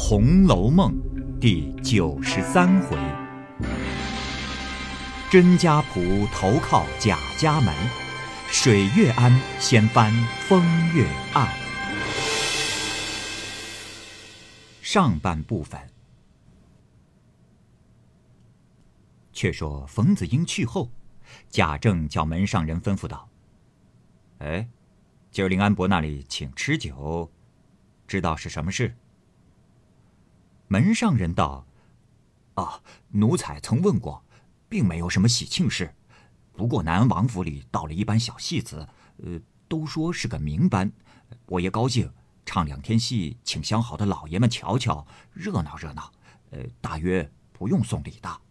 红楼梦》第93回：甄家仆投靠贾家门，水月庵掀翻风月案。上半部分。却说冯子英去后，贾政叫门上人吩咐道：“今儿临安伯那里请吃酒，知道是什么事？”门上人道：“奴才曾问过，并没有什么喜庆事。不过南安王府里到了一班小戏子，都说是个名班，我也高兴，唱2天戏，请相好的老爷们瞧瞧，热闹热闹。大约不用送礼的。”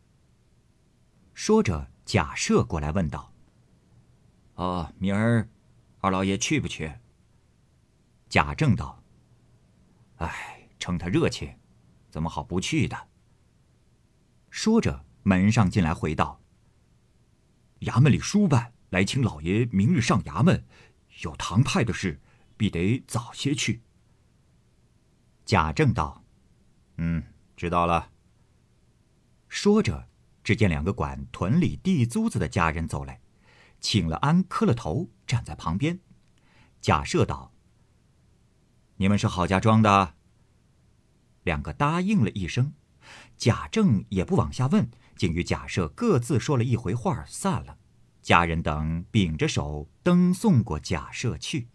说着，贾赦过来问道：“明儿二老爷去不去？”贾政道：“称他热情，怎么好不去的？”说着，门上进来回道：“衙门里书办来请老爷明日上衙门，有堂派的事，必得早些去。”贾政道：“知道了。”说着，只见2个管屯里地租子的家人走来，请了安，磕了头，站在旁边。贾赦道：“你们是郝家庄的？”2个答应了一声。贾政也不往下问，竟与贾赦各自说了一回话，散了。家人等秉着手登送过贾赦去。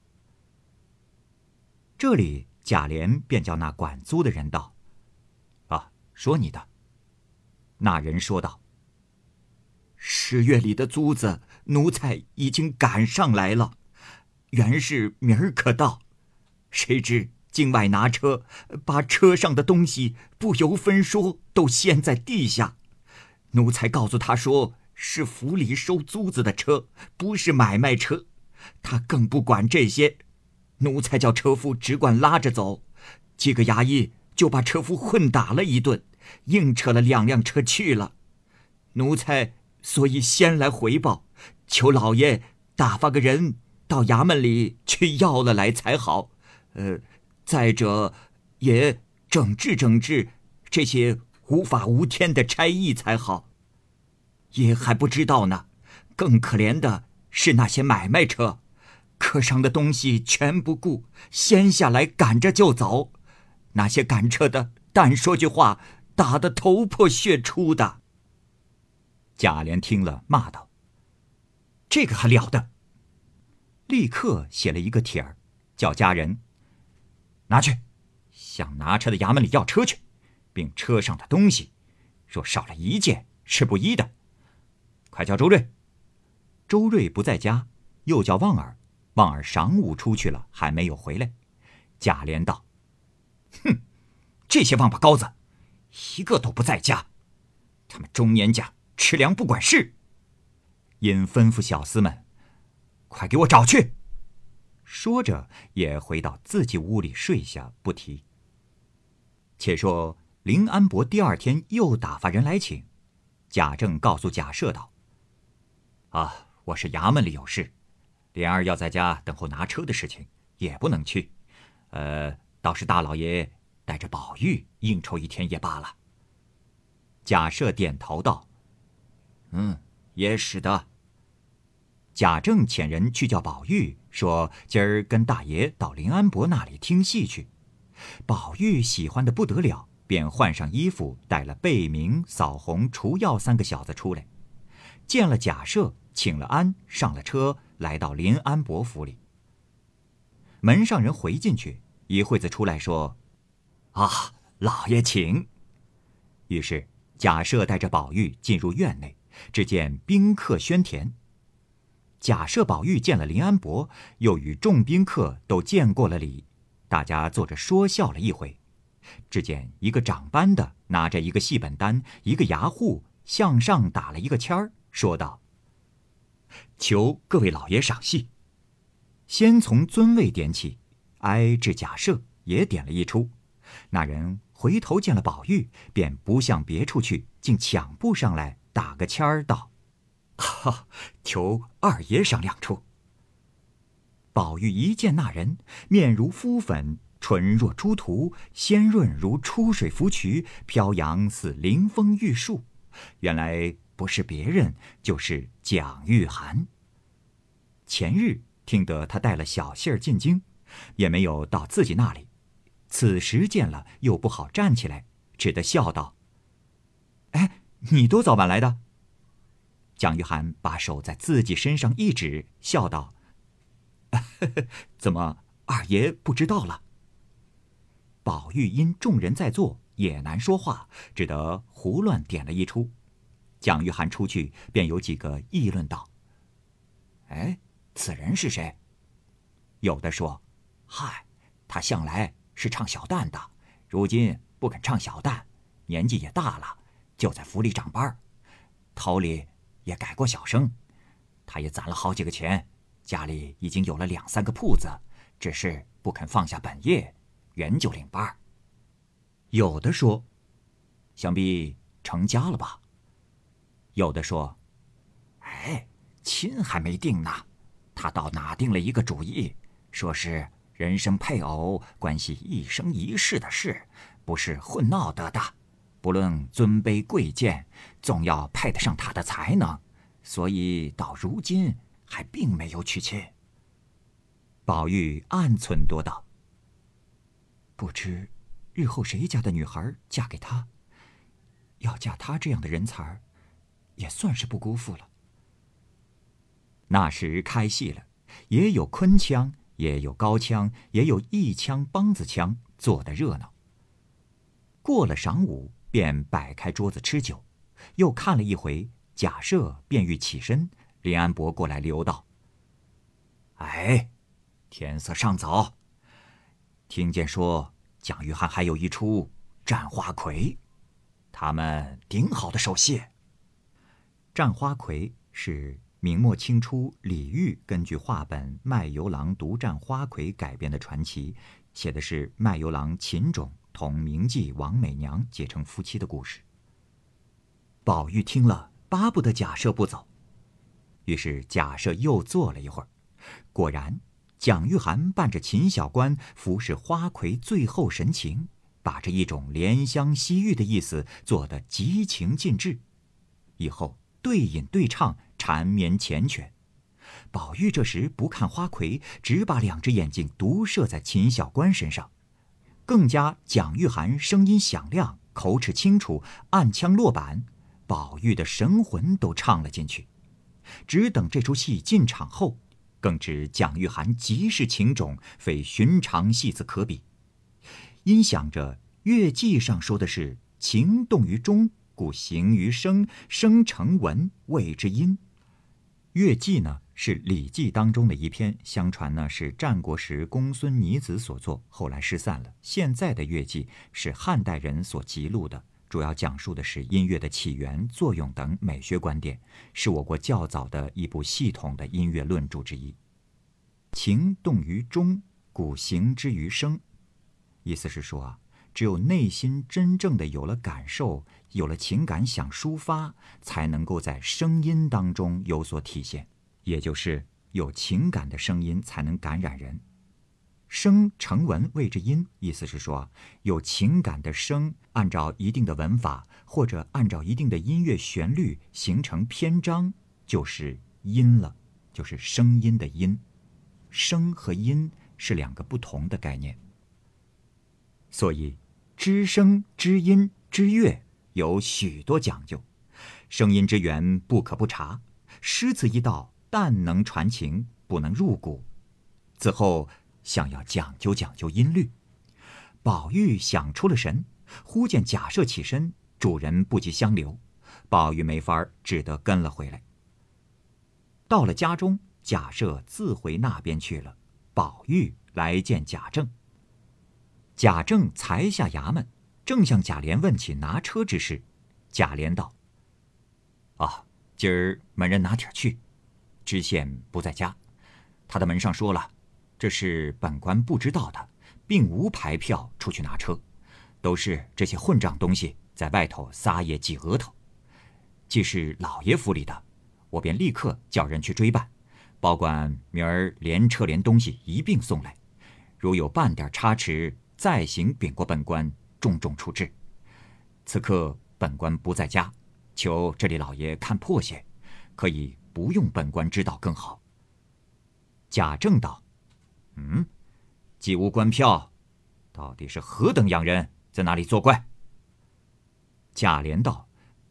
这里贾琏便叫那管租的人道：“说你的。”那人说道：“10月里的租子，奴才已经赶上来了，原是明儿可到，谁知境外拿车，把车上的东西不由分说都掀在地下。奴才告诉他说是府里收租子的车，不是买卖车，他更不管这些。奴才叫车夫只管拉着走，几个衙役就把车夫混打了一顿，硬扯了2辆车去了。奴才所以先来回报，求老爷打发个人到衙门里去要了来才好。再者也整治这些无法无天的差役才好。也还不知道呢，更可怜的是那些买卖车，客上的东西全不顾，掀下来赶着就走。那些赶车的但说句话，打得头破血出的。”贾琏听了，骂道：“这个还了得！”立刻写了一个帖儿，叫家人拿去，向拿车的衙门里要车去，并车上的东西，若少了1件是不依的。快叫周瑞。周瑞不在家，又叫旺儿。旺儿晌午出去了，还没有回来。贾琏道：“这些王八羔子，一个都不在家，他们中年家吃粮不管事。”因吩咐小厮们：“快给我找去。”说着也回到自己屋里睡下，不提。且说林安伯第2天又打发人来请，贾政告诉贾赦道：“我是衙门里有事，莲儿要在家等候拿车的事情，也不能去。倒是大老爷带着宝玉应酬1天也罢了。”贾赦点头道：“也使得。”贾政遣人去叫宝玉，说今儿跟大爷到林安伯那里听戏去。宝玉喜欢的不得了，便换上衣服，带了贝明、扫红、除药3个小子出来，见了贾赦，请了安，上了车，来到林安伯府里。门上人回进去，一会子出来说：“老爷请。”于是贾赦带着宝玉进入院内，只见宾客喧甜。贾赦、宝玉见了林安伯，又与众宾客都见过了礼，大家坐着说笑了一回。只见一个长班的拿着一个戏本单，一个衙户向上打了一个签儿，说道：“求各位老爷赏戏。”先从尊位点起，挨至贾赦也点了一出。那人回头见了宝玉，便不向别处去，竟抢步上来打个签儿道：“求二爷赏2出。”宝玉一见那人，面如敷粉， 纯若朱涂，鲜润如出水芙蕖，飘扬似临风玉树。原来不是别人，就是蒋玉菡。前日听得他带了小信儿进京，也没有到自己那里，此时见了又不好站起来，只得笑道：“哎，你多早晚来的？”蒋玉菡把手在自己身上一指，笑道：“怎么二爷不知道了？”宝玉因众人在座，也难说话，只得胡乱点了一出。蒋玉菡出去，便有几个议论道：“哎，此人是谁？”有的说：“嗨，他向来是唱小旦的，如今不肯唱小旦，年纪也大了，就在府里长班，头里也改过小生。他也攒了好几个钱，家里已经有了2、3个铺子，只是不肯放下本业，原就领班。”有的说：“想必成家了吧？”有的说：“哎，亲还没定呢，他倒哪定了一个主意，说是人生配偶关系一生一世的事，不是混闹得的。不论尊卑贵贱，总要配得上他的才能，所以到如今还并没有娶亲。”宝玉暗忖多道：“不知日后谁家的女孩嫁给他，要嫁他这样的人才，也算是不辜负了。”那时开戏了，也有昆腔，也有高腔，也有一腔梆子腔，做得热闹。过了晌午，便摆开桌子吃酒，又看了一回，贾赦便欲起身，林安伯过来留道：“哎，天色尚早，听见说蒋玉菡还有一出《战花魁》，他们顶好的首戏。”《战花魁》是明末清初李煜根据话本《卖油郎独占花魁》改编的传奇，写的是卖油郎秦种同名妓王美娘结成夫妻的故事。宝玉听了，巴不得贾赦不走，于是贾赦又坐了一会儿。果然，蒋玉菡伴着秦小官服侍花魁，最后神情，把这一种怜香惜玉的意思做得极情尽致。以后对饮对唱，缠绵缱绻。宝玉这时不看花魁，只把2只眼睛独射在秦小官身上，更加蒋玉菡声音响亮，口齿清楚，暗腔落板，宝玉的神魂都唱了进去。只等这出戏进场后，更知蒋玉菡极是情种，非寻常戏子可比。因想着乐记上说的是情动于中，故形于声，声成文，谓之音。乐记呢是《礼记》当中的一篇，相传呢是战国时公孙尼子所作，后来失散了。现在的乐记是汉代人所辑录的，主要讲述的是音乐的起源、作用等美学观点，是我国较早的一部系统的音乐论著之一。情动于中，故形之于声，意思是说只有内心真正的有了感受，有了情感想抒发，才能够在声音当中有所体现，也就是有情感的声音才能感染人。声成文谓之音，意思是说有情感的声按照一定的文法，或者按照一定的音乐旋律形成篇章，就是音了，就是声音的音。声和音是2个不同的概念，所以知声、知音、知乐有许多讲究，声音之源不可不察。诗词一道，但能传情，不能入骨。此后想要讲究讲究音律，宝玉想出了神，忽见贾赦起身，主人不及相留，宝玉没法，只得跟了回来。到了家中，贾赦自回那边去了，宝玉来见贾政。贾政才下衙门，正向贾琏问起拿车之事。贾琏道：“今儿门人拿帖去，知县不在家，他的门上说了，这是本官不知道的，并无牌票出去拿车，都是这些混账东西在外头撒野挤额头。既是老爷府里的，我便立刻叫人去追办，保管明儿连车连东西一并送来。 如有半点差池，再行禀过本官，重重处置。此刻本官不在家，求这里老爷看破些，可以不用本官知道更好。”贾政道：“既无官票，到底是何等样人，在哪里作怪？”贾琏道：“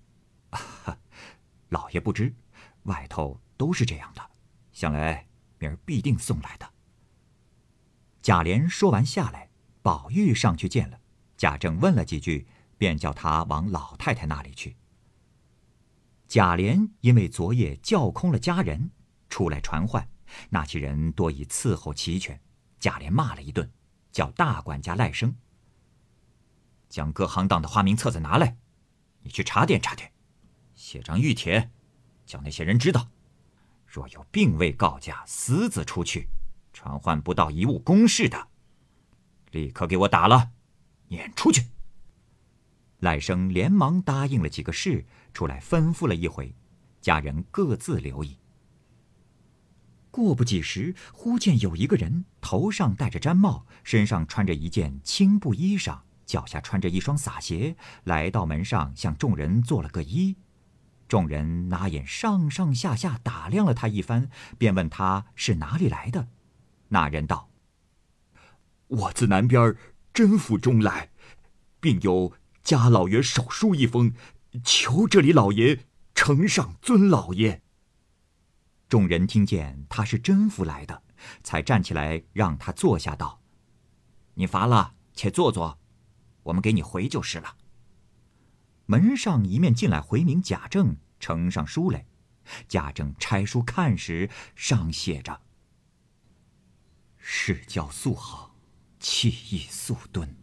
老爷不知，外头都是这样的，想来明儿必定送来的。”贾琏说完下来，宝玉上去见了，贾政问了几句，便叫他往老太太那里去。贾琏因为昨夜叫空了家人，出来传唤，那些人多已伺候齐全，贾琏骂了一顿，叫大管家赖生将各行当的花名册子拿来，你去查点查点，写张谕帖，叫那些人知道，若有并未告假私自出去，传唤不到一物公事的，立刻给我打了，撵出去。赖生连忙答应了几个事，出来吩咐了一回，家人各自留意。过不几时，忽见有一个人头上戴着毡帽，身上穿着一件青布衣裳，脚下穿着一双洒鞋，来到门上向众人做了个揖。众人拿眼上上下下打量了他一番，便问他是哪里来的。那人道：“我自南边甄府中来，并有家老爷手书一封，求这里老爷呈上尊老爷。”众人听见他是甄府来的，才站起来让他坐下，道：“你乏了，且坐坐，我们给你回就是了。”门上一面进来回明贾政，呈上书来。贾政拆书看时，上写着：“事教素好，气意素敦，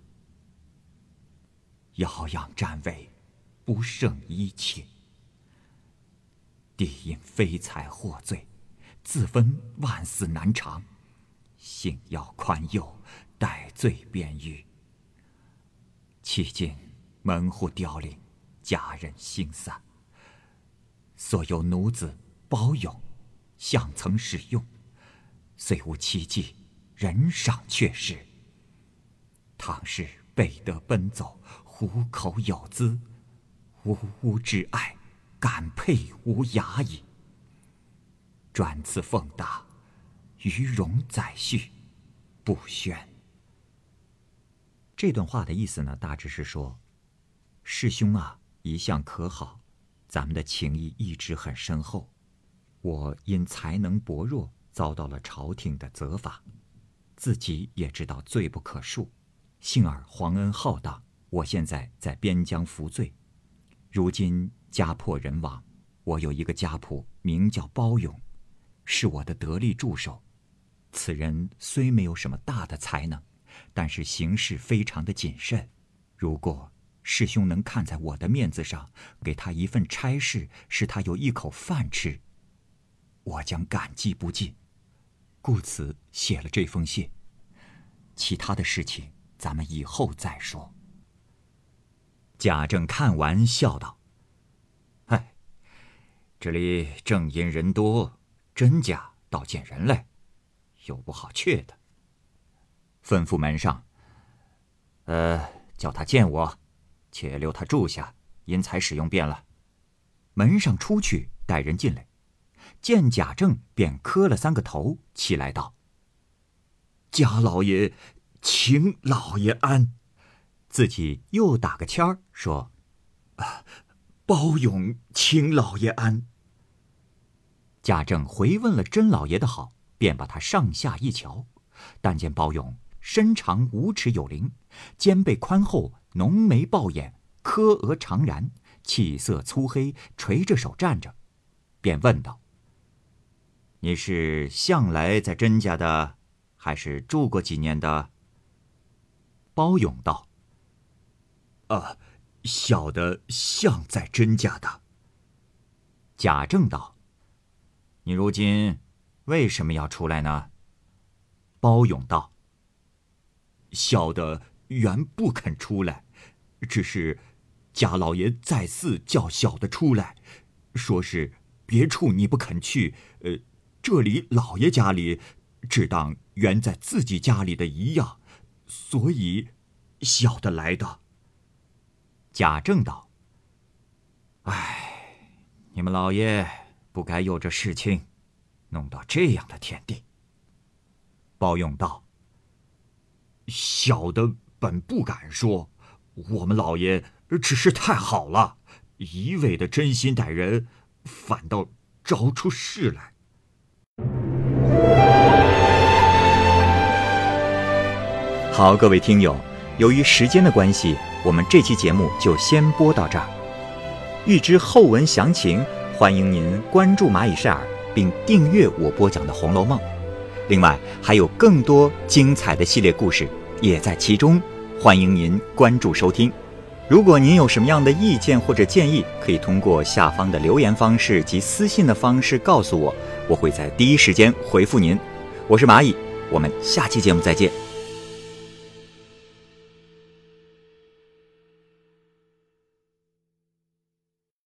摇扬站位，不胜一切。弟因非才获罪，自分万死难偿，幸要宽宥，待罪边狱。迄今门户凋零，家人心散，所有奴子保勇，相曾使用，虽无奇迹，人赏却是。倘是备得奔走，虎口有资，无吾之爱，感佩无涯矣。专此奉达，余容再续，不宣。”这段话的意思呢，大致是说，师兄啊，一向可好，咱们的情谊一直很深厚。我因才能薄弱，遭到了朝廷的责罚，自己也知道罪不可恕，幸而皇恩浩荡，我现在在边疆服罪。如今家破人亡，我有一个家仆名叫包勇，是我的得力助手。此人虽没有什么大的才能，但是行事非常的谨慎。如果师兄能看在我的面子上，给他一份差事，使他有一口饭吃，我将感激不尽。故此写了这封信，其他的事情咱们以后再说。贾政看完笑道：“哎，这里正因人多，甄家倒见人来，有不好却的。吩咐门上，叫他见我，且留他住下，因才使用便了。”门上出去带人进来，见贾政便磕了3个头，起来道：“贾老爷，请老爷安。”自己又打个签儿，说：“包勇请老爷安。”贾政回问了甄老爷的好，便把他上下一瞧，但见包勇身长5尺有灵，肩背宽厚，浓眉暴眼，柯额长髯，气色粗黑，垂着手站着，便问道：“你是向来在甄家的，还是住过几年的？”包勇道：“小的像在甄家的。”贾政道：“你如今为什么要出来呢？”包勇道：“小的原不肯出来，只是贾老爷再四叫小的出来，说是别处你不肯去，这里老爷家里只当原在自己家里的一样，所以晓得来的。贾政道：哎，你们老爷不该有这事情，弄到这样的田地。包勇道：小的本不敢说，我们老爷只是太好了，一味的真心待人，反倒招出事来。 好，各位听友，由于时间的关系，我们这期节目就先播到这儿。欲知后文详情，欢迎您关注蚂蚁晒尔，并订阅我播讲的《红楼梦》。另外，还有更多精彩的系列故事也在其中，欢迎您关注收听。如果您有什么样的意见或者建议，可以通过下方的留言方式及私信的方式告诉我，我会在第一时间回复您。我是蚂蚁，我们下期节目再见。